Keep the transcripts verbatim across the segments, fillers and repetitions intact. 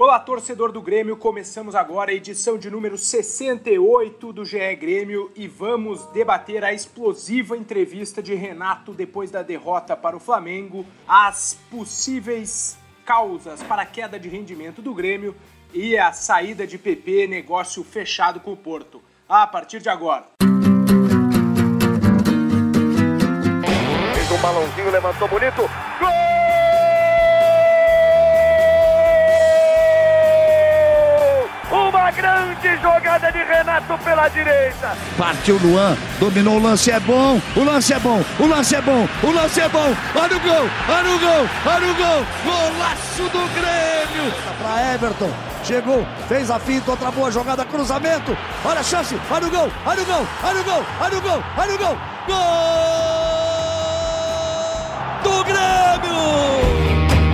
Olá, torcedor do Grêmio, começamos agora a edição de número sessenta e oito do G E Grêmio e vamos debater a explosiva entrevista de Renato depois da derrota para o Flamengo, as possíveis causas para a queda de rendimento do Grêmio e a saída de P P, negócio fechado com o Porto. A partir de agora. Fez um balãozinho, levantou bonito. Gol! Uma grande jogada de Renato pela direita. Partiu Luan, dominou o lance, é bom, o lance é bom, o lance é bom, o lance é bom. Olha o gol, olha o gol, olha o gol. Golaço do Grêmio. Para Everton, chegou, fez a finta, outra boa jogada, cruzamento. Olha a chance, olha o gol, olha o gol, olha o gol, olha o gol, olha o gol. Gol do Grêmio.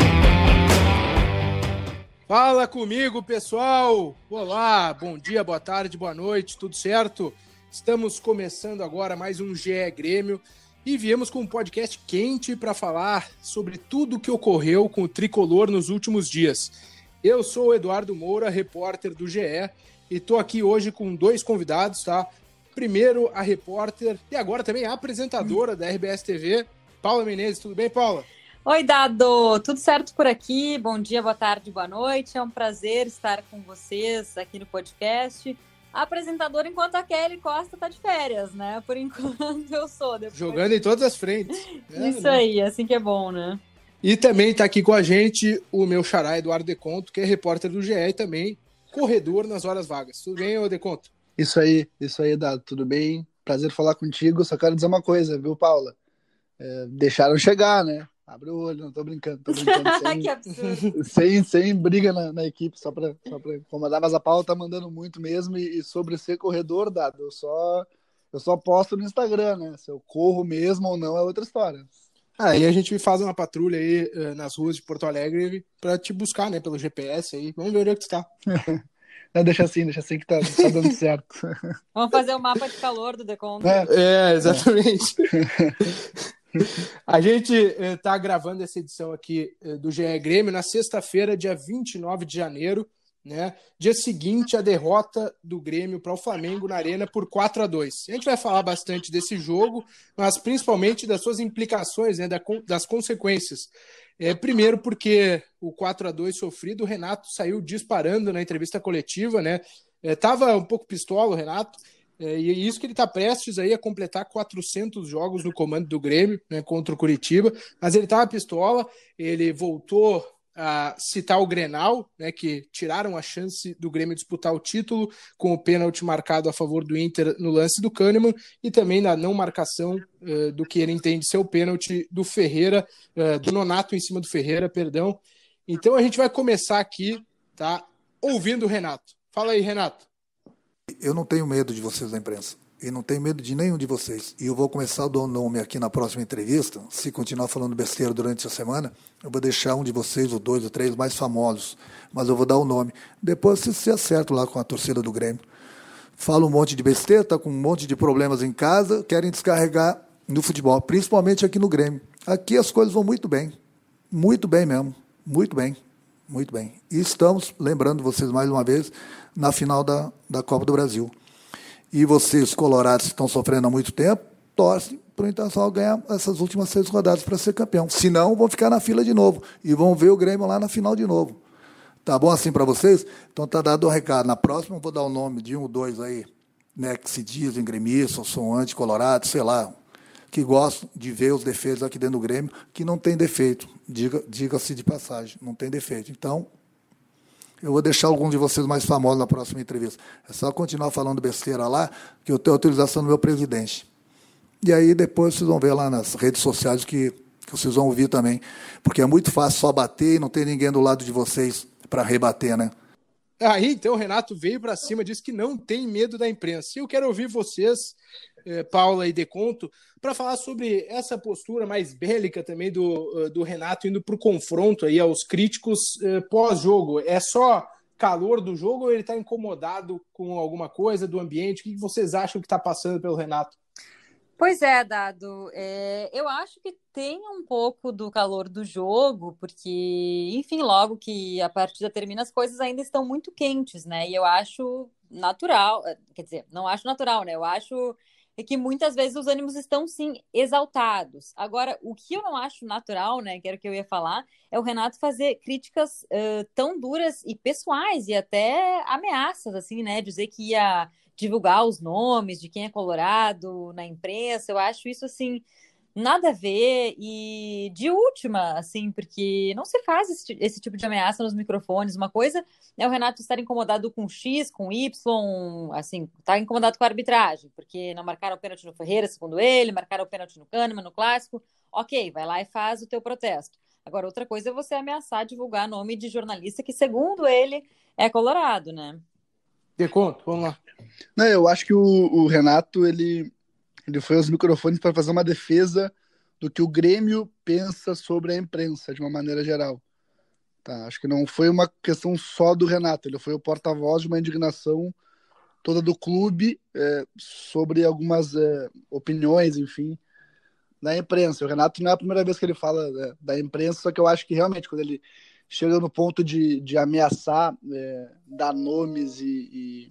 Fala comigo, pessoal! Olá, bom dia, boa tarde, boa noite, tudo certo? Estamos começando agora mais um G E Grêmio e viemos com um podcast quente para falar sobre tudo o que ocorreu com o Tricolor nos últimos dias. Eu sou o Eduardo Moura, repórter do G E, e estou aqui hoje com dois convidados, tá? Primeiro, a repórter e agora também a apresentadora da R B S T V, Paula Menezes. Tudo bem, Paula? Oi, Dado! Tudo certo por aqui? Bom dia, boa tarde, boa noite. É um prazer estar com vocês aqui no podcast. A apresentadora, enquanto a Kelly Costa tá de férias, né? Por enquanto eu sou. Depois... Jogando em todas as frentes. É, Isso né? aí, assim que é bom, né? E também tá aqui com a gente o meu xará, Eduardo Deconto, que é repórter do G E e também corredor nas horas vagas. Tudo bem, ô Deconto? Isso aí, isso aí, Dado. Tudo bem? Prazer falar contigo. Só quero dizer uma coisa, viu, Paula? É, deixaram chegar, né? Abre o olho, não tô brincando, tô brincando. Sem, que absurdo. Sem, sem briga na, na equipe, só pra, só pra incomodar, mas a Paula tá mandando muito mesmo, e, e sobre ser corredor, Dado, eu só, eu só posto no Instagram, né? Se eu corro mesmo ou não é outra história. Aí ah, a gente faz uma patrulha aí uh, nas ruas de Porto Alegre pra te buscar, né, pelo G P S aí. Vamos ver onde é que tu tá. Não, deixa assim, deixa assim que tá, tá dando certo. Vamos fazer o mapa de calor do Deconto. É, é exatamente. É. A gente está eh, gravando essa edição aqui eh, do G E Grêmio na sexta-feira, dia vinte e nove de janeiro, né? Dia seguinte à derrota do Grêmio para o Flamengo na Arena por quatro a dois. A gente vai falar bastante desse jogo, mas principalmente das suas implicações, né? Da, das consequências. É, primeiro porque o quatro a dois sofrido, o Renato saiu disparando na entrevista coletiva, né? Estava um pouco pistola o Renato. É, e é isso que ele está prestes aí a completar quatrocentos jogos no comando do Grêmio, né, contra o Curitiba, mas ele estava pistola, ele voltou a citar o Grenal, né, que tiraram a chance do Grêmio disputar o título com o pênalti marcado a favor do Inter no lance do Kahneman e também na não marcação uh, do que ele entende ser o pênalti do Ferreira, uh, do Nonato em cima do Ferreira, perdão. Então a gente vai começar aqui, tá, ouvindo o Renato. Fala aí, Renato. Eu não tenho medo de vocês da imprensa, e não tenho medo de nenhum de vocês. E eu vou começar a dar o nome aqui na próxima entrevista. Se continuar falando besteira durante a semana, eu vou deixar um de vocês, ou dois, ou três mais famosos, mas eu vou dar o nome. Depois vocês se acertam lá com a torcida do Grêmio. Fala um monte de besteira, tá com um monte de problemas em casa, querem descarregar no futebol, principalmente aqui no Grêmio. Aqui as coisas vão muito bem, muito bem mesmo, muito bem. Muito bem. E estamos, lembrando vocês mais uma vez, na final da, da Copa do Brasil. E vocês, colorados, que estão sofrendo há muito tempo, torcem para o Internacional ganhar essas últimas seis rodadas para ser campeão. Se não, vão ficar na fila de novo. E vão ver o Grêmio lá na final de novo. Tá bom assim para vocês? Então tá dado o recado. Na próxima eu vou dar o nome de um ou dois aí, né, que se dizem gremistas, ou são anti-colorados, sei lá, que gostam de ver os defeitos aqui dentro do Grêmio, que não tem defeito, diga, diga-se de passagem, não tem defeito. Então, eu vou deixar alguns de vocês mais famosos na próxima entrevista. É só continuar falando besteira lá, que eu tenho autorização do meu presidente. E aí depois vocês vão ver lá nas redes sociais que, que vocês vão ouvir também, porque é muito fácil só bater e não tem ninguém do lado de vocês para rebater, né? Aí, então, o Renato veio para cima, disse que não tem medo da imprensa. E eu quero ouvir vocês, eh, Paula e Deconto, para falar sobre essa postura mais bélica também do, do Renato indo para o confronto aí aos críticos eh, pós-jogo. É só calor do jogo ou ele está incomodado com alguma coisa do ambiente? O que vocês acham que está passando pelo Renato? Pois é, Dado. É, eu acho que tem um pouco do calor do jogo, porque, enfim, logo que a partida termina, as coisas ainda estão muito quentes, né? E eu acho natural, quer dizer, não acho natural, né? Eu acho que muitas vezes os ânimos estão, sim, exaltados. Agora, o que eu não acho natural, né, que era o que eu ia falar, é o Renato fazer críticas uh, tão duras e pessoais e até ameaças, assim, né? Dizer que ia divulgar os nomes de quem é colorado na imprensa. Eu acho isso, assim, nada a ver e de última, assim, porque não se faz esse, esse tipo de ameaça nos microfones. Uma coisa é o Renato estar incomodado com X, com Y, assim, tá incomodado com a arbitragem, porque não marcaram o pênalti no Ferreira, segundo ele, marcaram o pênalti no Kahneman, no Clássico. Ok, vai lá e faz o teu protesto. Agora, outra coisa é você ameaçar divulgar nome de jornalista que, segundo ele, é colorado, né? De conto, vamos lá. Não, eu acho que o, o Renato, ele, ele foi aos microfones para fazer uma defesa do que o Grêmio pensa sobre a imprensa, de uma maneira geral. Tá? Acho que não foi uma questão só do Renato, ele foi o porta-voz de uma indignação toda do clube é, sobre algumas é, opiniões, enfim, da imprensa. O Renato não é a primeira vez que ele fala é, da imprensa, só que eu acho que realmente, quando ele chega no ponto de, de ameaçar, é, dar nomes e,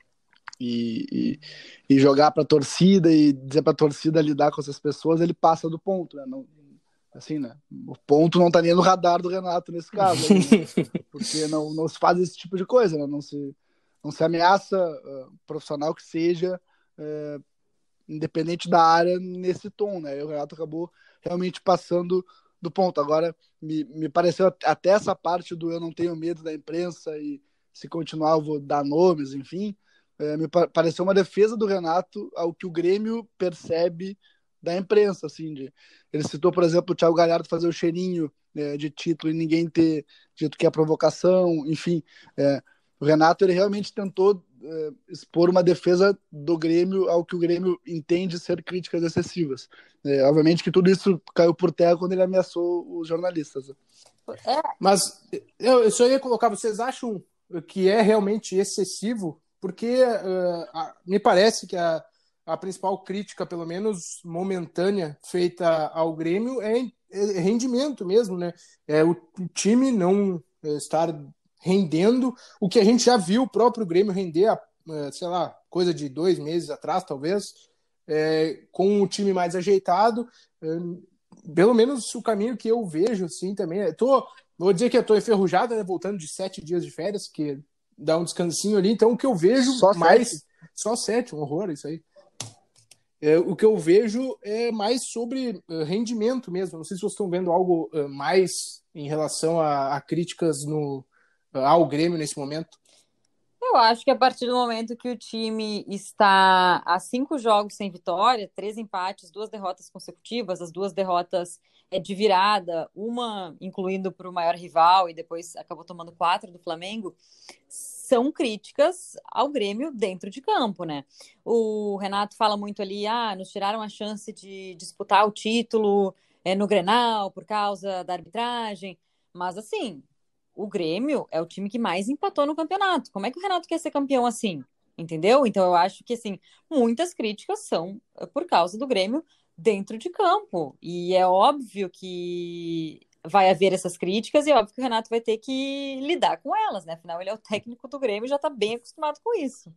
e, e, e jogar para a torcida e dizer para a torcida lidar com essas pessoas, ele passa do ponto, né? Não, assim, né? O ponto não está nem no radar do Renato nesse caso, né? Porque não, não se faz esse tipo de coisa, né? Não se, não se ameaça uh, profissional que seja, uh, independente da área, nesse tom, né? E o Renato acabou realmente passando do ponto. Agora, me, me pareceu até essa parte do eu não tenho medo da imprensa e se continuar eu vou dar nomes, enfim, é, me pa- pareceu uma defesa do Renato ao que o Grêmio percebe da imprensa, assim, de, ele citou, por exemplo, o Thiago Galhardo fazer o cheirinho é, de título e ninguém ter dito que é provocação, enfim, é, o Renato, ele realmente tentou é, expor uma defesa do Grêmio ao que o Grêmio entende ser críticas excessivas. É, obviamente que tudo isso caiu por terra quando ele ameaçou os jornalistas. É, Mas eu, eu só ia colocar, vocês acham que é realmente excessivo? Porque uh, a, me parece que a, a principal crítica, pelo menos momentânea, feita ao Grêmio é, é rendimento mesmo, né? É o, o time não é, estar rendendo o que a gente já viu o próprio Grêmio render, a, sei lá, coisa de dois meses atrás, talvez, é, com o time mais ajeitado. É, pelo menos o caminho que eu vejo, assim, também. É, tô, vou dizer que eu tô enferrujado, né? Voltando de sete dias de férias, que dá um descansinho ali. Então, o que eu vejo Só mais... sete? Só sete, um horror, isso aí. É, o que eu vejo é mais sobre uh, rendimento mesmo. Não sei se vocês estão vendo algo uh, mais em relação a, a críticas no, uh, ao Grêmio nesse momento. eu acho que a partir do momento que o time está a cinco jogos sem vitória, três empates, duas derrotas consecutivas, as duas derrotas é, de virada, uma incluindo para o maior rival e depois acabou tomando quatro do Flamengo, são críticas ao Grêmio dentro de campo, né? O Renato fala muito ali, ah, nos tiraram a chance de disputar o título é, no Grenal por causa da arbitragem, mas assim, o Grêmio é o time que mais empatou no campeonato. Como é que o Renato quer ser campeão assim? Entendeu? Então eu acho que assim, muitas críticas são por causa do Grêmio dentro de campo. E é óbvio que vai haver essas críticas e é óbvio que o Renato vai ter que lidar com elas, né? Afinal, ele é o técnico do Grêmio e já está bem acostumado com isso.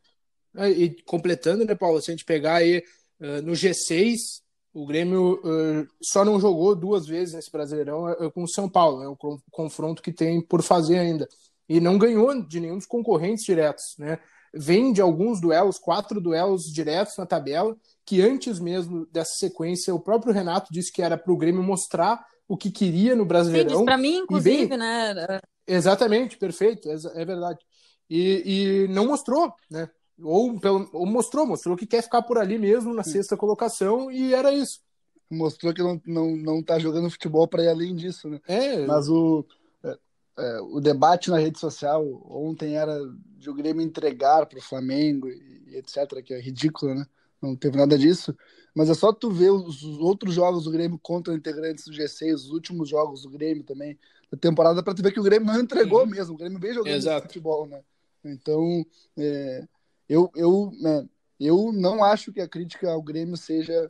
E completando, né, Paulo? Se a gente pegar aí uh, no G seis, o Grêmio uh, só não jogou duas vezes nesse Brasileirão uh, com o São Paulo. É um confronto que tem por fazer ainda. E não ganhou de nenhum dos concorrentes diretos, né? Vem de alguns duelos, quatro duelos diretos na tabela, que antes mesmo dessa sequência, o próprio Renato disse que era para o Grêmio mostrar o que queria no Brasileirão. Sim, para mim, inclusive, bem... né? Exatamente, perfeito, é verdade. E, e não mostrou, né? Ou, pelo, ou mostrou, mostrou que quer ficar por ali mesmo na sexta colocação e era isso. Mostrou que não, não, não tá jogando futebol para ir além disso, né? É. Mas o, é, é, o debate na rede social ontem era de o Grêmio entregar para o Flamengo e, e etcétera, que é ridículo, né? Não teve nada disso. Mas é só tu ver os, os outros jogos do Grêmio contra integrantes do G seis, os últimos jogos do Grêmio também, da temporada, para tu ver que o Grêmio não entregou mesmo. O Grêmio vem jogando esse futebol, né? Então, é, eu, eu né, eu não acho que a crítica ao Grêmio seja,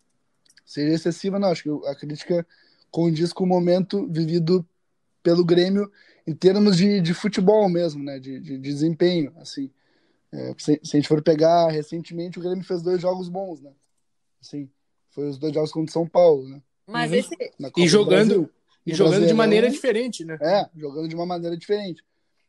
seja excessiva, não. Acho que a crítica condiz com o momento vivido pelo Grêmio em termos de, de futebol mesmo, né? De, de, de desempenho, assim. É, se, se a gente for pegar, recentemente o Grêmio fez dois jogos bons, né? Assim, foi os dois jogos contra o São Paulo, né? Mas Uhum. esse... E jogando, e jogando de maneira diferente, né? É, jogando de uma maneira diferente.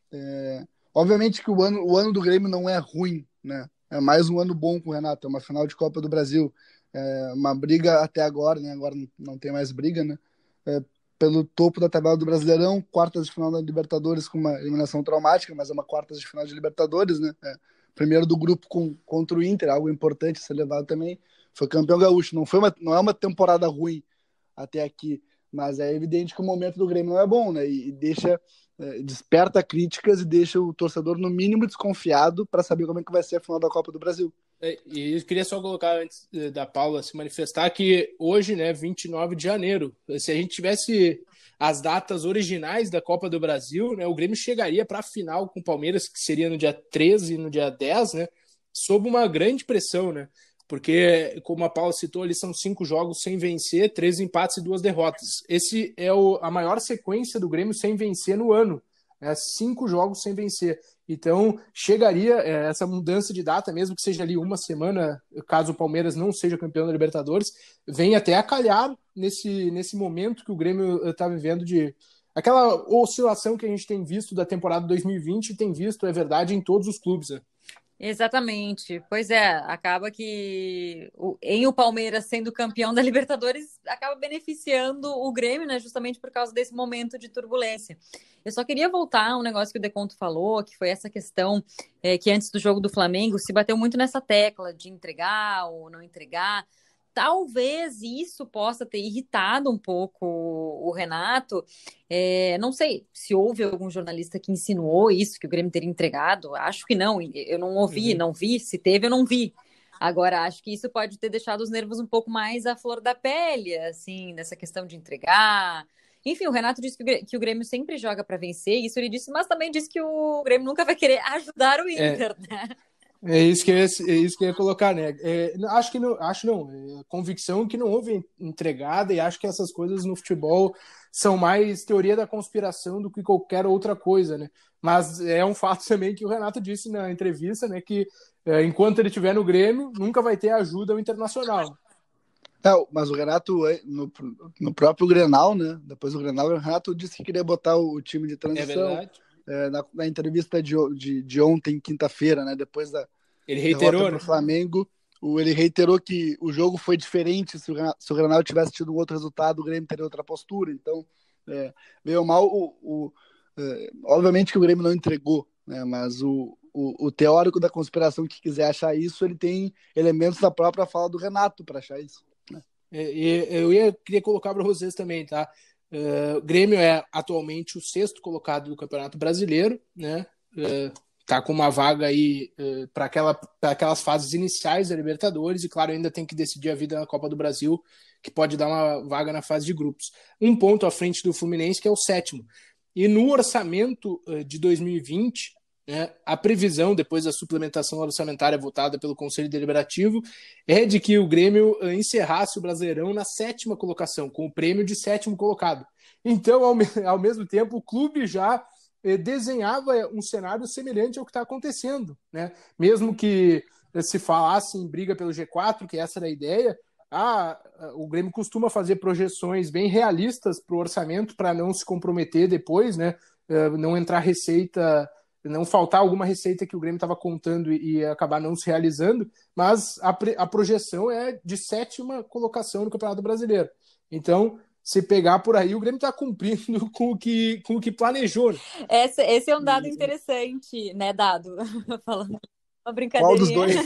É, obviamente que o ano, o ano do Grêmio não é ruim, né? É mais um ano bom com o Renato, é uma final de Copa do Brasil, é uma briga até agora, né? Agora não tem mais briga, né? É, pelo topo da tabela do Brasileirão, quartas de final da Libertadores com uma eliminação traumática, mas é uma quartas de final de Libertadores, né? É, primeiro do grupo com, contra o Inter, algo importante ser levado também. Foi campeão gaúcho, não, foi uma, não é uma temporada ruim até aqui, mas é evidente que o momento do Grêmio não é bom, né? E, e deixa, é, desperta críticas e deixa o torcedor no mínimo desconfiado para saber como é que vai ser a final da Copa do Brasil. É, e eu queria só colocar, antes da Paula se manifestar, que hoje, né, vinte e nove de janeiro, se a gente tivesse as datas originais da Copa do Brasil, né, o Grêmio chegaria para a final com o Palmeiras, que seria no dia treze e no dia dez, né, sob uma grande pressão, né? Porque, como a Paula citou, ali são cinco jogos sem vencer, três empates e duas derrotas. Esse é o, a maior sequência do Grêmio sem vencer no ano. Né? Cinco jogos sem vencer. Então, chegaria é, essa mudança de data, mesmo que seja ali uma semana, caso o Palmeiras não seja campeão da Libertadores, vem até a calhar nesse, nesse momento que o Grêmio está vivendo de... Aquela oscilação que a gente tem visto da temporada dois mil e vinte e tem visto, é verdade, em todos os clubes, né? Exatamente. Pois é, acaba que o, em o Palmeiras sendo campeão da Libertadores, acaba beneficiando o Grêmio, né? Justamente por causa desse momento de turbulência. Eu só queria voltar a um negócio que o Deconto falou, que foi essa questão é, que antes do jogo do Flamengo se bateu muito nessa tecla de entregar ou não entregar. Talvez isso possa ter irritado um pouco o Renato. É, não sei se houve algum jornalista que insinuou isso, que o Grêmio teria entregado. Acho que não. Eu não ouvi, uhum. não vi. Se teve, eu não vi. Agora, acho que isso pode ter deixado os nervos um pouco mais à flor da pele, assim, nessa questão de entregar. Enfim, o Renato disse que o Grêmio sempre joga para vencer, isso ele disse, mas também disse que o Grêmio nunca vai querer ajudar o Inter, é. né? É isso que eu ia, é isso que eu ia colocar, né? É, acho que não, acho não. É convicção que não houve entregada e acho que essas coisas no futebol são mais teoria da conspiração do que qualquer outra coisa, né? Mas é um fato também que o Renato disse na entrevista, né? Que é, enquanto ele estiver no Grêmio, nunca vai ter ajuda ao Internacional. É, mas o Renato, no, no próprio Grenal, né? Depois do Grenal, o Renato disse que queria botar o, o time de transição. É verdade. É, na, na entrevista de, de, de ontem, quinta-feira, né? Depois da ele reiterou pro Flamengo, o, ele reiterou que o jogo foi diferente. Se o, se o Grenal tivesse tido um outro resultado, o Grêmio teria outra postura. Então, é, meio mal, o, o, é, obviamente que o Grêmio não entregou, né? Mas o, o, o teórico da conspiração que quiser achar isso, ele tem elementos da própria fala do Renato para achar isso. Né? É, eu ia, queria colocar para vocês também, tá? Uh, o Grêmio é atualmente o sexto colocado do Campeonato Brasileiro, né? Uh, tá com uma vaga aí uh, para aquela, aquelas fases iniciais da Libertadores e, claro, ainda tem que decidir a vida na Copa do Brasil, que pode dar uma vaga na fase de grupos. Um ponto à frente do Fluminense, que é o sétimo. E no orçamento uh, de dois mil e vinte, né, a previsão, depois da suplementação orçamentária votada pelo Conselho Deliberativo, é de que o Grêmio uh, encerrasse o Brasileirão na sétima colocação, com o prêmio de sétimo colocado. Então, ao, me- ao mesmo tempo, o clube já uh, desenhava um cenário semelhante ao que está acontecendo. Né? Mesmo que uh, se falasse em briga pelo G quatro, que essa era a ideia, ah, o Grêmio costuma fazer projeções bem realistas para o orçamento, para não se comprometer depois, né? uh, não entrar receita... não faltar alguma receita que o Grêmio estava contando e, e acabar não se realizando, mas a, pre, a projeção é de sétima colocação no Campeonato Brasileiro. Então, se pegar por aí, o Grêmio está cumprindo com o que, com o que planejou. Né? Esse, esse é um dado interessante, né, Dado? Falando uma brincadeirinha. Qual dos dois?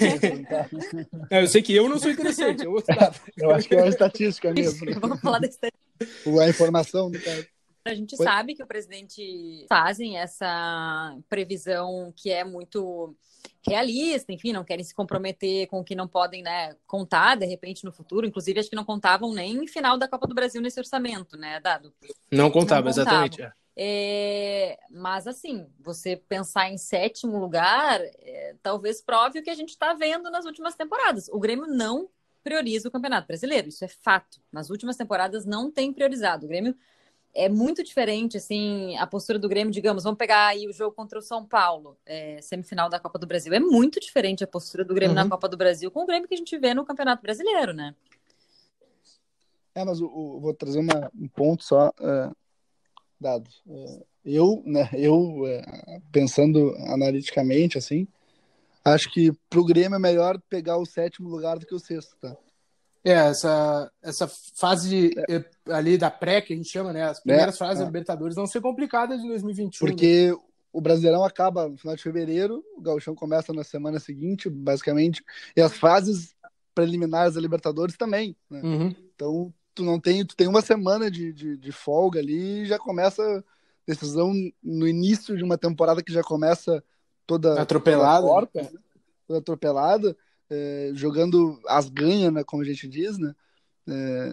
É, eu sei que eu não sou interessante, é outro dado. Eu acho que é uma estatística mesmo. Né? Vamos falar da estatística. A informação, no caso. A gente Foi. sabe que o presidente fazem essa previsão que é muito realista, enfim, não querem se comprometer com o que não podem, né, contar, de repente, no futuro. Inclusive, acho que não contavam nem em final da Copa do Brasil nesse orçamento, né, Dado? Não contava, não contavam. exatamente. É. É, mas, assim, você pensar em sétimo lugar, é, talvez prove o que a gente está vendo nas últimas temporadas. O Grêmio não prioriza o Campeonato Brasileiro, isso é fato. Nas últimas temporadas não tem priorizado. O Grêmio é muito diferente, assim, a postura do Grêmio, digamos, vamos pegar aí o jogo contra o São Paulo, é, semifinal da Copa do Brasil. É muito diferente a postura do Grêmio uhum. na Copa do Brasil com o Grêmio que a gente vê no Campeonato Brasileiro, né? É, mas eu, eu vou trazer uma, um ponto só... Uh... dado. Eu, né, eu pensando analiticamente, assim, acho que pro Grêmio é melhor pegar o sétimo lugar do que o sexto, tá? É, essa, essa fase é. ali da pré, que a gente chama, né, as primeiras é, fases é. da Libertadores vão ser complicadas em dois mil e vinte e um. Porque né? O Brasileirão acaba no final de fevereiro, o Gauchão começa na semana seguinte, basicamente, e as fases preliminares da Libertadores também, né? Uhum. Então, tu não tem, tu tem uma semana de, de, de folga ali e já começa decisão no início de uma temporada que já começa toda atropelada, toda, torta, né? toda atropelada, é, jogando as ganhas, né, como a gente diz, né? É,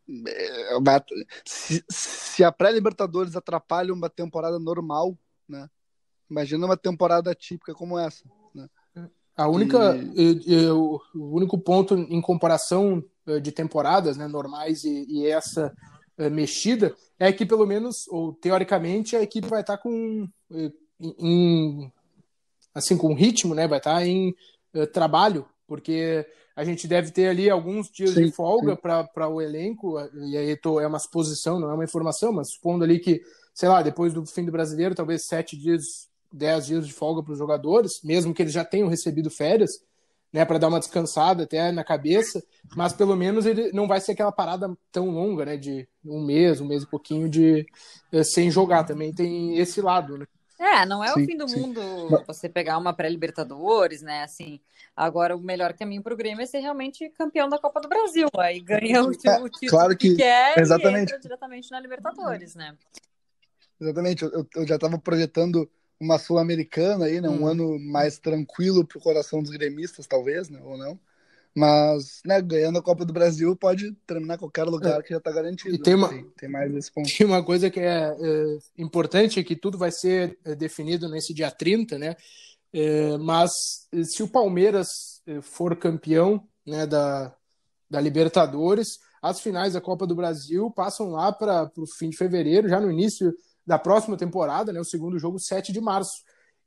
se, se a pré-Libertadores atrapalha uma temporada normal, né? Imagina uma temporada típica como essa, né? A única, e... eu, eu, o único ponto em comparação de temporadas, né, normais e, e essa uh, mexida é que pelo menos, ou teoricamente, a equipe vai estar com em, assim, com ritmo, né, vai estar em uh, trabalho, porque a gente deve ter ali alguns dias sim, de folga para o elenco, e aí tô, é uma suposição, não é uma informação, mas supondo ali que, sei lá, depois do fim do Brasileiro, talvez sete dias, dez dias de folga para os jogadores, mesmo que eles já tenham recebido férias, né, para dar uma descansada até na cabeça, mas pelo menos ele não vai ser aquela parada tão longa, né, de um mês, um mês e pouquinho de uh, sem jogar. Também tem esse lado, né? É, não é sim, o fim do sim. mundo você pegar uma pré-Libertadores, né, assim, agora o melhor caminho para o Grêmio é ser realmente campeão da Copa do Brasil, aí ganha o, é, o título claro que, que quer exatamente. e entra diretamente na Libertadores, né? Exatamente, eu, eu já estava projetando uma Sul-Americana aí, né? Um hum. ano mais tranquilo pro coração dos gremistas, talvez, né? Ou não. Mas, né, ganhando a Copa do Brasil pode terminar qualquer lugar é. que já está garantido. E tem, uma, tem, tem mais esse ponto. Tem uma coisa que é, é importante, que tudo vai ser definido nesse dia trinta, né? É, mas se o Palmeiras for campeão, né, da, da Libertadores, as finais da Copa do Brasil passam lá para o fim de fevereiro, já no início da próxima temporada, né, o segundo jogo, sete de março.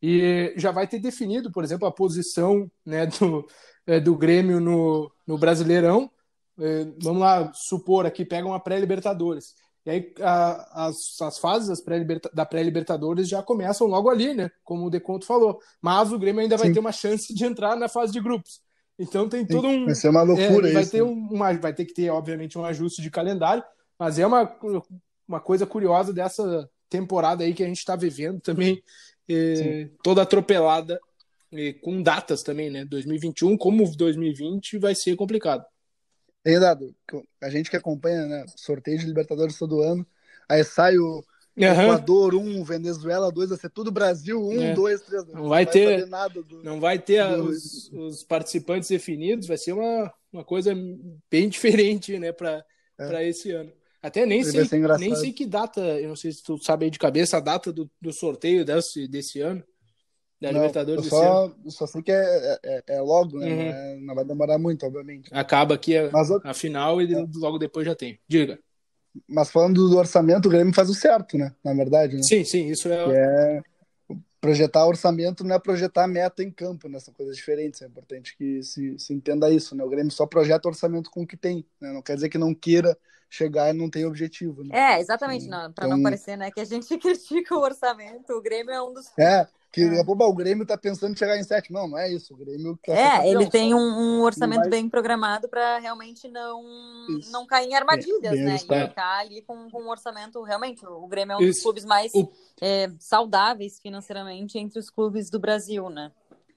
E já vai ter definido, por exemplo, a posição, né, do, é, do Grêmio no, no Brasileirão. É, vamos lá supor aqui, pega uma pré-Libertadores. E aí a, as, as fases das pré da pré-Libertadores já começam logo ali, né, como o Deconto falou. Mas o Grêmio ainda vai Sim. ter uma chance de entrar na fase de grupos. Então tem todo um... Vai ser uma loucura é, vai isso. Ter uma, vai ter que ter, obviamente, um ajuste de calendário, mas é uma, uma coisa curiosa dessa temporada aí que a gente está vivendo também, é, toda atropelada, é, com datas também, né? dois mil e vinte e um, como dois mil e vinte, vai ser complicado. Tem dado, a gente que acompanha, né, sorteio de Libertadores todo ano, aí sai o uhum. Equador um, Venezuela dois, vai ser tudo Brasil um, dois, três. Não, não vai, vai ter, nada do, não vai ter do... os, os participantes definidos, vai ser uma, uma coisa bem diferente, né, para é. esse ano. Até nem sei, nem sei que data, eu não sei se tu sabe aí de cabeça a data do, do sorteio desse, desse ano, da não, Libertadores eu desse só, ano. Eu só sei que é, é, é logo, né? Uhum. Não, é, não vai demorar muito, obviamente. Acaba aqui a, Mas, a final e é. logo depois já tem. Diga. Mas falando do orçamento, o Grêmio faz o certo, né? Na verdade, né? Sim, sim, isso é... Que é... Projetar orçamento não é projetar meta em campo, né? São coisas diferentes, é importante que se, se entenda isso, né? O Grêmio só projeta orçamento com o que tem, né? Não quer dizer que não queira chegar e não tem objetivo, né? É, exatamente, então, para não parecer, né, que a gente critica o orçamento, o Grêmio é um dos... É, que é. o Grêmio tá pensando em chegar em sete, não, não é isso, o Grêmio quer É, campeão, ele tem um, um orçamento vai... bem programado para realmente não, não cair em armadilhas, é, né, e ficar ali com, com um orçamento, realmente, o Grêmio é um isso. dos clubes mais o... é, saudáveis financeiramente entre os clubes do Brasil, né?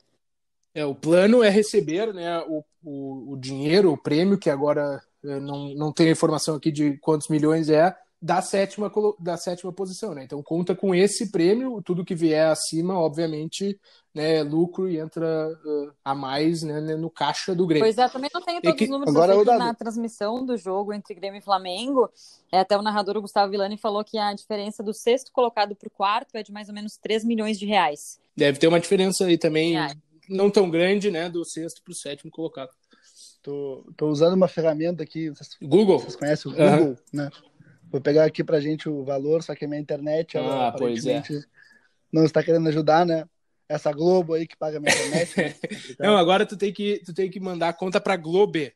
É, o plano é receber, né, o, o, o dinheiro, o prêmio, que agora... Não, não tenho informação aqui de quantos milhões é, da sétima, da sétima posição, né? Então conta com esse prêmio, tudo que vier acima, obviamente, né, lucro e entra uh, a mais, né, no caixa do Grêmio. Pois é, também não tenho todos que, os números agora aqui dado... na transmissão do jogo entre Grêmio e Flamengo. É, até o narrador o Gustavo Villani falou que a diferença do sexto colocado para o quarto é de mais ou menos três milhões de reais. Deve ter uma diferença aí também, reais. Não tão grande, né, do sexto para o sétimo colocado. Tô, tô usando uma ferramenta aqui, vocês, Google? Vocês conhecem o Google, uhum. né? Vou pegar aqui pra gente o valor, só que a minha internet, ela ah, aparentemente pois é. não está querendo ajudar, né? Essa Globo aí que paga a minha internet. Né? Não, agora tu tem que, tu tem que mandar a conta pra Globe.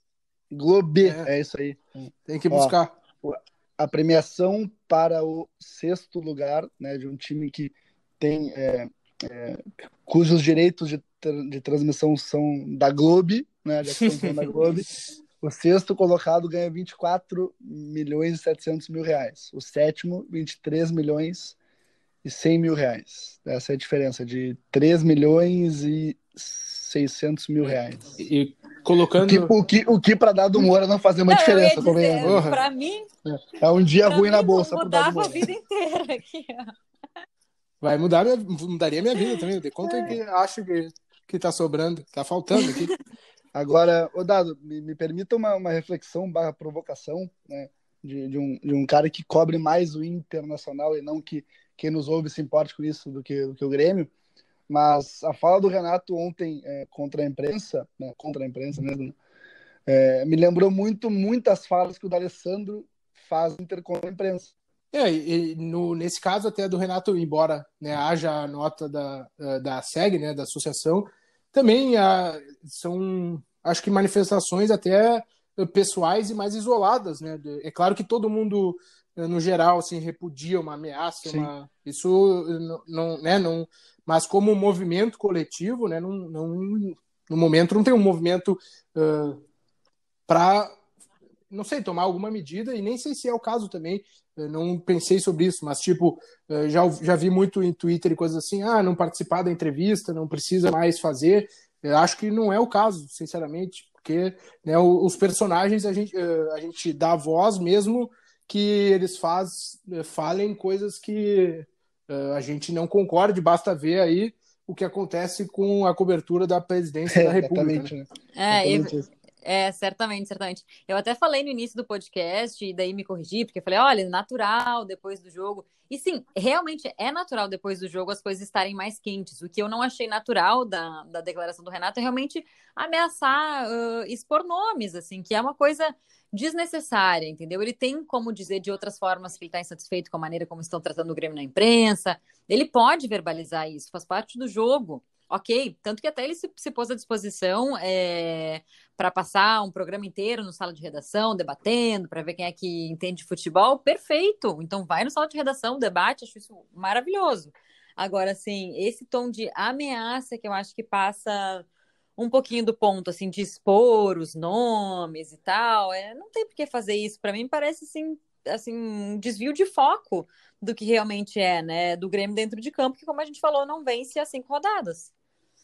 Globe, é, é isso aí. Tem que buscar. Ó, a premiação para o sexto lugar, né, de um time que tem, é, é, cujos direitos de, de transmissão são da Globe, né, já que são da Globe. O sexto colocado ganha vinte e quatro milhões e setecentos mil reais. O sétimo, vinte e três milhões e cem mil reais. Essa é a diferença, de três milhões e seiscentos mil reais. E colocando... O que, o que, o que para Dado Moura não fazer uma não, diferença, convenhamos. Para mim... É um dia ruim na bolsa. Mudava a vida inteira aqui, ó. Vai mudar minha, mudaria minha vida também. De conta é. que acho que, que tá sobrando, tá faltando aqui. Agora, ô Dado, me, me permita uma, uma reflexão barra provocação, né, de, de, um, de um cara que cobre mais o Internacional e não que quem nos ouve se importe com isso do que, do que o Grêmio, mas a fala do Renato ontem é, contra a imprensa, né, contra a imprensa mesmo, é, me lembrou muito, muitas falas que o D'Alessandro faz no Inter contra a imprensa. É, e no, nesse caso até do Renato, embora, né, haja a nota da, da S E G, né, da associação, também ah, são, acho que manifestações até pessoais e mais isoladas, né? É claro que todo mundo, no geral, assim, repudia uma ameaça, uma, isso não, né, não, mas como um movimento coletivo, né, não, não, no momento não tem um movimento uh, para, não sei, tomar alguma medida, e nem sei se é o caso também, eu não pensei sobre isso, mas tipo, já, já vi muito em Twitter e coisas assim, ah, não participar da entrevista, não precisa mais fazer. Eu acho que não é o caso, sinceramente, porque, né, os personagens a gente, a gente dá voz mesmo que eles faz, falem coisas que a gente não concorde, basta ver aí o que acontece com a cobertura da presidência é, da República. Exatamente, né? É, exatamente. É, certamente, certamente. Eu até falei no início do podcast e daí me corrigi, porque eu falei, olha, natural depois do jogo. E sim, realmente é natural depois do jogo as coisas estarem mais quentes. O que eu não achei natural da, da declaração do Renato é realmente ameaçar, uh, expor nomes, assim, que é uma coisa desnecessária, entendeu? Ele tem como dizer de outras formas que ele está insatisfeito com a maneira como estão tratando o Grêmio na imprensa. Ele pode verbalizar isso, faz parte do jogo. Ok, tanto que até ele se, se pôs à disposição é, para passar um programa inteiro no sala de redação, debatendo, para ver quem é que entende futebol, perfeito. Então vai no sala de redação, debate, acho isso maravilhoso. Agora, assim, esse tom de ameaça que eu acho que passa um pouquinho do ponto, assim, de expor os nomes e tal, é, não tem por que fazer isso. Para mim parece, assim, assim, um desvio de foco do que realmente é, né, do Grêmio dentro de campo, que, como a gente falou, não vence há cinco rodadas.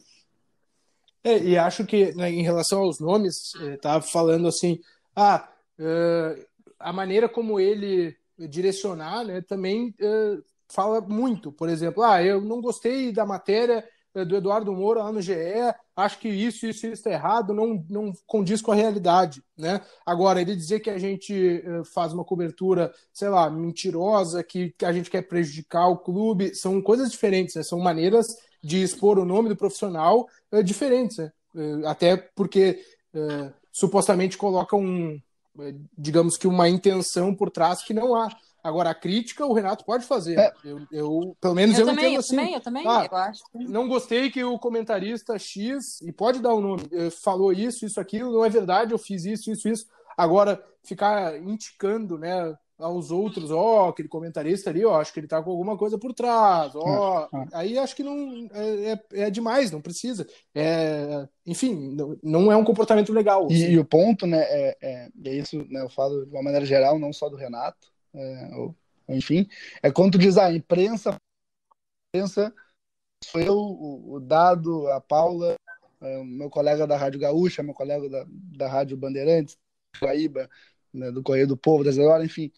É, e acho que, né, em relação aos nomes, estava é, falando assim, ah, é, a maneira como ele direcionar, né, também é, fala muito. Por exemplo, ah, eu não gostei da matéria do Eduardo Moura lá no G E, acho que isso, isso, isso está errado, não, não condiz com a realidade, né? Agora, ele dizer que a gente faz uma cobertura, sei lá, mentirosa, que, que a gente quer prejudicar o clube, são coisas diferentes, né? São maneiras de expor o nome do profissional é, diferentes, né? É, até porque é, supostamente colocam, um, é, digamos que uma intenção por trás que não há. Agora, a crítica o Renato pode fazer. É. Eu, eu, pelo menos eu, eu também, entendo eu assim. Também, eu também, ah, eu acho. Não gostei que o comentarista X, e pode dar o nome, falou isso, isso, aquilo, não é verdade, eu fiz isso, isso, isso. Agora, ficar indicando, né, aos outros, ó, oh, aquele comentarista ali, ó, acho que ele tá com alguma coisa por trás, ó. Oh, ah, ah. Aí acho que não é, é, é demais, não precisa. É, enfim, não, não é um comportamento legal. E, assim. e o ponto, né, é, é, é isso, né, eu falo de uma maneira geral, não só do Renato. É, ou, enfim, é quando tu diz, ah, a imprensa, a imprensa sou eu, o, o Dado, a Paula, é, o meu colega da Rádio Gaúcha, meu colega da, da Rádio Bandeirantes, Guaíba, né, do Correio do Povo, das Horas, enfim,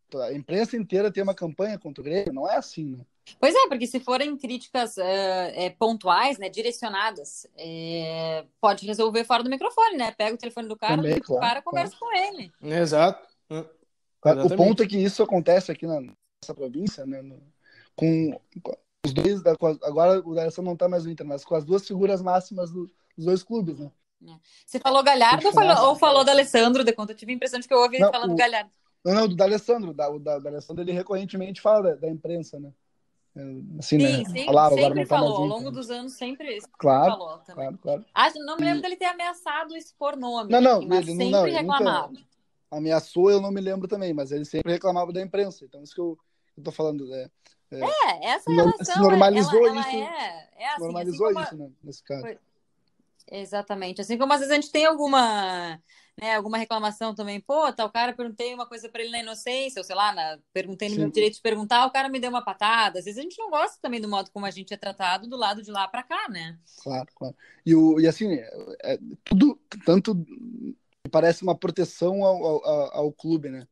a imprensa inteira tem uma campanha contra o Grêmio, não é assim, né? Pois é, porque se forem críticas é, é, pontuais, né, direcionadas, é, pode resolver fora do microfone, né? Pega o telefone do cara, Também, liga claro, pro cara, claro. conversa com ele. Exato. Claro, o ponto é que isso acontece aqui na nossa província, né? No, com, com os dois, da, com a, agora o D'Alessandro não está mais no Inter, mas com as duas figuras máximas do, dos dois clubes, né? Você falou Galhardo ou falou, ou falou D'Alessandro? De conta, eu tive a impressão de que eu ouvi ele falando o, Galhardo. Não, não, do D'Alessandro. Da, o da, D'Alessandro, ele recorrentemente fala da, da imprensa, né? Assim, Sim, né? sempre, Falava, sempre agora não tá falou. mais Ao no longo Inter. dos anos, sempre, sempre Claro, falou também. claro, claro. Acho, não me lembro E... dele ter ameaçado expor nome, não, não, mas ele sempre não, ele reclamava. Nunca ameaçou, eu não me lembro também, mas ele sempre reclamava da imprensa. Então, isso que eu, eu tô falando. É, é, é essa se relação. Se normalizou ela, ela isso. é, é assim, normalizou assim como... isso, né, nesse caso. Foi... Exatamente. Assim como às vezes a gente tem alguma, né, alguma reclamação também. Pô, tal cara, perguntei uma coisa pra ele na inocência, ou sei lá, na, perguntei no Sim. meu direito de perguntar, o cara me deu uma patada. Às vezes a gente não gosta também do modo como a gente é tratado do lado de lá pra cá, né? Claro, claro. E, o, e assim, é, é, tudo, tanto parece uma proteção ao, ao, ao clube, né?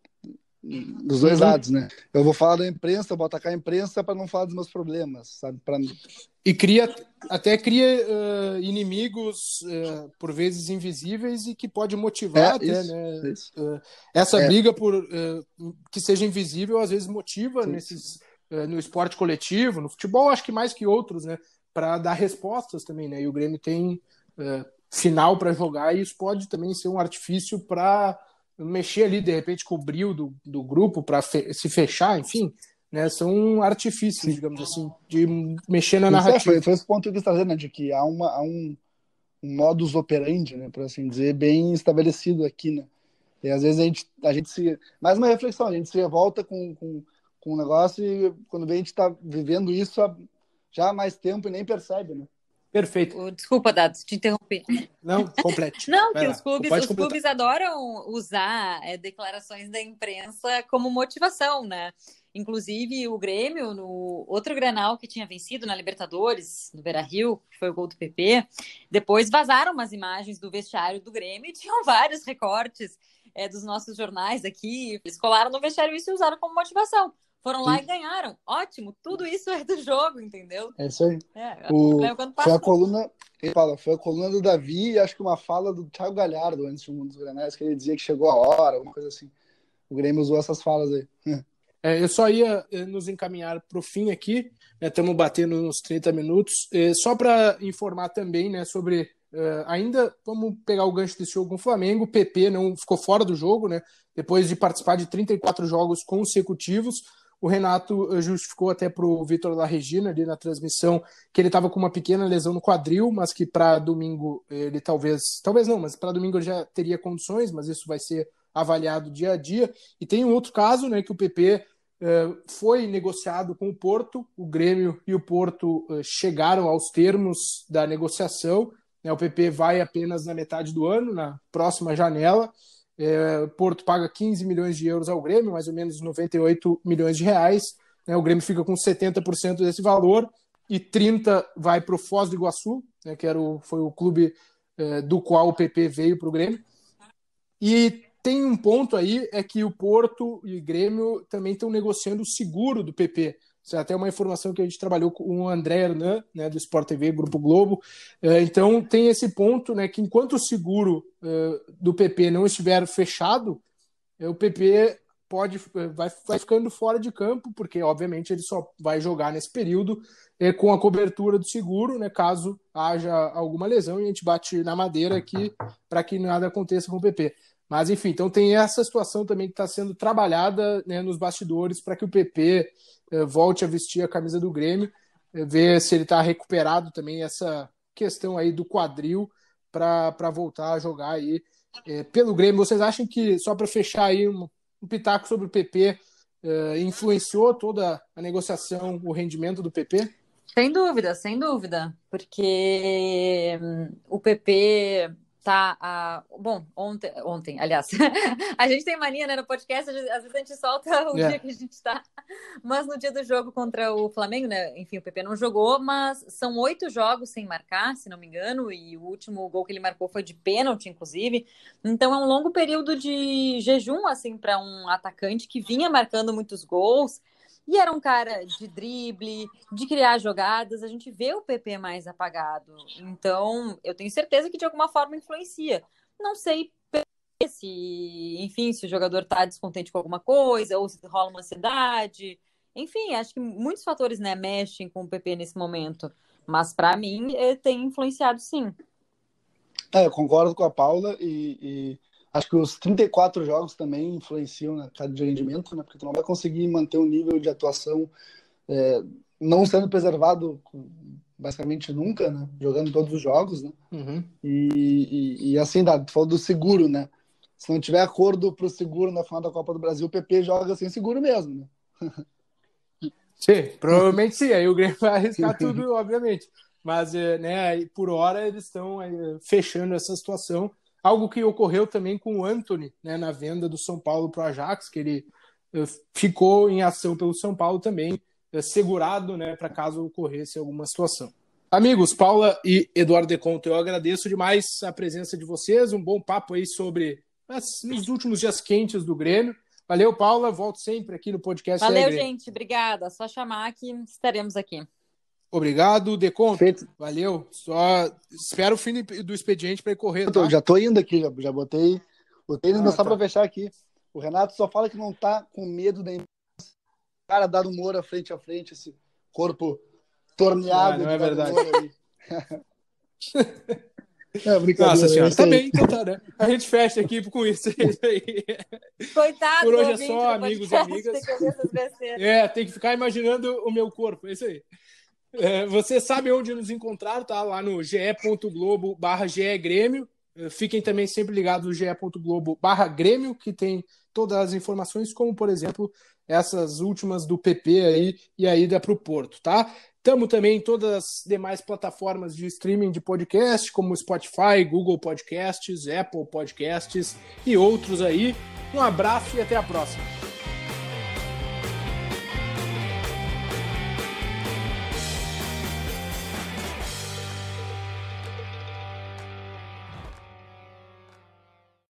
Dos dois Uhum. lados, né? Eu vou falar da imprensa, vou atacar a imprensa para não falar dos meus problemas, sabe? Pra... E cria, até cria uh, inimigos, uh, por vezes invisíveis, e que pode motivar é, até, isso, né? Isso. Uh, essa é. briga por uh, que seja invisível, às vezes motiva sim, nesses, uh, no esporte coletivo, no futebol, acho que mais que outros, né? Para dar respostas também, né? E o Grêmio tem uh, final para jogar, e isso pode também ser um artifício para mexer ali, de repente, com o brilho do, do grupo, para fe- se fechar, enfim, né? São artifícios, Sim. digamos assim, de mexer na narrativa. É, foi, foi esse ponto que eu quis trazer, né? De que há, uma, há um, um modus operandi, né? Por assim dizer, bem estabelecido aqui, né? E às vezes a gente, a gente se... Mais uma reflexão, a gente se revolta com, com, com um negócio e quando vem a gente está vivendo isso há já há mais tempo e nem percebe, né? Perfeito. Desculpa, Dado, te interrompi. Não, complete. Não, Vai que lá. os clubes, os clubes adoram usar é, declarações da imprensa como motivação, né? Inclusive, o Grêmio, no outro Grenal que tinha vencido na Libertadores, no Beira-Rio, que foi o gol do P P, depois vazaram umas imagens do vestiário do Grêmio e tinham vários recortes é, dos nossos jornais aqui. Eles colaram no vestiário isso e usaram como motivação. Foram lá Sim. e ganharam. Ótimo, tudo isso é do jogo, entendeu? É isso aí. É, o... Foi a coluna, ele fala, foi a coluna do Davi e acho que uma fala do Thiago Galhardo antes de um dos Grenais, que ele dizia que chegou a hora, alguma coisa assim. O Grêmio usou essas falas aí. É, eu só ia nos encaminhar para o fim aqui, estamos né, batendo nos trinta minutos, é, só para informar também né, sobre, é, ainda vamos pegar o gancho desse jogo com o Flamengo, o P P não ficou fora do jogo, né, depois de participar de trinta e quatro jogos consecutivos. O Renato justificou até para o Vitor La Regina ali na transmissão que ele estava com uma pequena lesão no quadril, mas que para domingo ele talvez, talvez não, mas para domingo ele já teria condições, mas isso vai ser avaliado dia a dia. E tem um outro caso, né, que o P P uh, foi negociado com o Porto, o Grêmio e o Porto uh, chegaram aos termos da negociação, né, o P P vai apenas na metade do ano, na próxima janela. É, o Porto paga quinze milhões de euros ao Grêmio, mais ou menos noventa e oito milhões de reais, né, o Grêmio fica com setenta por cento desse valor e trinta por cento vai para o Foz do Iguaçu, né, que era o, foi o clube é, do qual o P P veio para o Grêmio. E tem um ponto aí, é que o Porto e o Grêmio também estão negociando o seguro do P P. Isso é até uma informação que a gente trabalhou com o André Hernan, né, do Sport T V, Grupo Globo. Então tem esse ponto, né, que enquanto o seguro uh, do P P não estiver fechado, o P P pode, vai, vai ficando fora de campo, porque obviamente ele só vai jogar nesse período eh, com a cobertura do seguro, né, caso haja alguma lesão, e a gente bate na madeira aqui para que nada aconteça com o P P. Mas, enfim, então tem essa situação também que está sendo trabalhada né, nos bastidores para que o P P eh, volte a vestir a camisa do Grêmio, eh, ver se ele está recuperado também essa questão aí do quadril para voltar a jogar aí eh, pelo Grêmio. Vocês acham que, só para fechar aí um, um pitaco sobre o P P, eh, influenciou toda a negociação, o rendimento do P P? Sem dúvida, sem dúvida, porque hum, o P P... tá, a... bom, ontem, ontem, aliás, a gente tem mania, né, no podcast, às vezes a gente solta o yeah. dia que a gente tá, mas no dia do jogo contra o Flamengo, né, enfim, o P P não jogou, mas são oito jogos sem marcar, se não me engano, e o último gol que ele marcou foi de pênalti, inclusive, então é um longo período de jejum, assim, para um atacante que vinha marcando muitos gols, e era um cara de drible, de criar jogadas, a gente vê o P P mais apagado. Então, eu tenho certeza que de alguma forma influencia. Não sei se, enfim, se o jogador está descontente com alguma coisa, ou se rola uma ansiedade. Enfim, acho que muitos fatores, né, mexem com o P P nesse momento. Mas, para mim, tem influenciado, sim. É, eu concordo com a Paula e... e... Acho que os trinta e quatro jogos também influenciam na queda de rendimento, né? Porque tu não vai conseguir manter um nível de atuação é, não sendo preservado basicamente nunca, né? Jogando todos os jogos, né? Uhum. E, e, e assim, dá, tu falou do seguro, né? Se não tiver acordo pro seguro na final da Copa do Brasil, o P P joga sem seguro mesmo, né? Sim, provavelmente sim. Aí o Grêmio vai arriscar tudo, obviamente. Mas, né, por hora eles estão fechando essa situação. Algo que ocorreu também com o Antony, né, na venda do São Paulo para o Ajax, que ele uh, ficou em ação pelo São Paulo também, uh, segurado, né, para caso ocorresse alguma situação. Amigos, Paula e Eduardo Deconto, eu agradeço demais a presença de vocês, um bom papo aí sobre as, os últimos dias quentes do Grêmio. Valeu, Paula, volto sempre aqui no podcast. Valeu, gente, obrigada, só chamar que estaremos aqui. Obrigado, Deconto. Feito. Valeu. Só espero o fim do expediente para ir correr. Eu tô, tá? Já tô indo aqui, já, já botei o tênis, ah, mas só tá. para fechar aqui. O Renato só fala que não tá com medo da cara dar no Moura frente a frente, esse corpo torneado. Ah, não é verdade. É, brincadeira. Nossa senhora, tá bem, então tá, né? A gente fecha aqui com isso aí. Coitado, por hoje é só, amigos e amigas. É, tem que ficar imaginando o meu corpo, é isso aí. É, você sabe onde nos encontrar, tá? Lá no ge.globo barra Grêmio. Fiquem também sempre ligados no ge.globo barra Grêmio, que tem todas as informações, como, por exemplo, essas últimas do P P aí e a ida para o Porto, tá? Estamos também em todas as demais plataformas de streaming de podcast, como Spotify, Google Podcasts, Apple Podcasts e outros aí. Um abraço e até a próxima.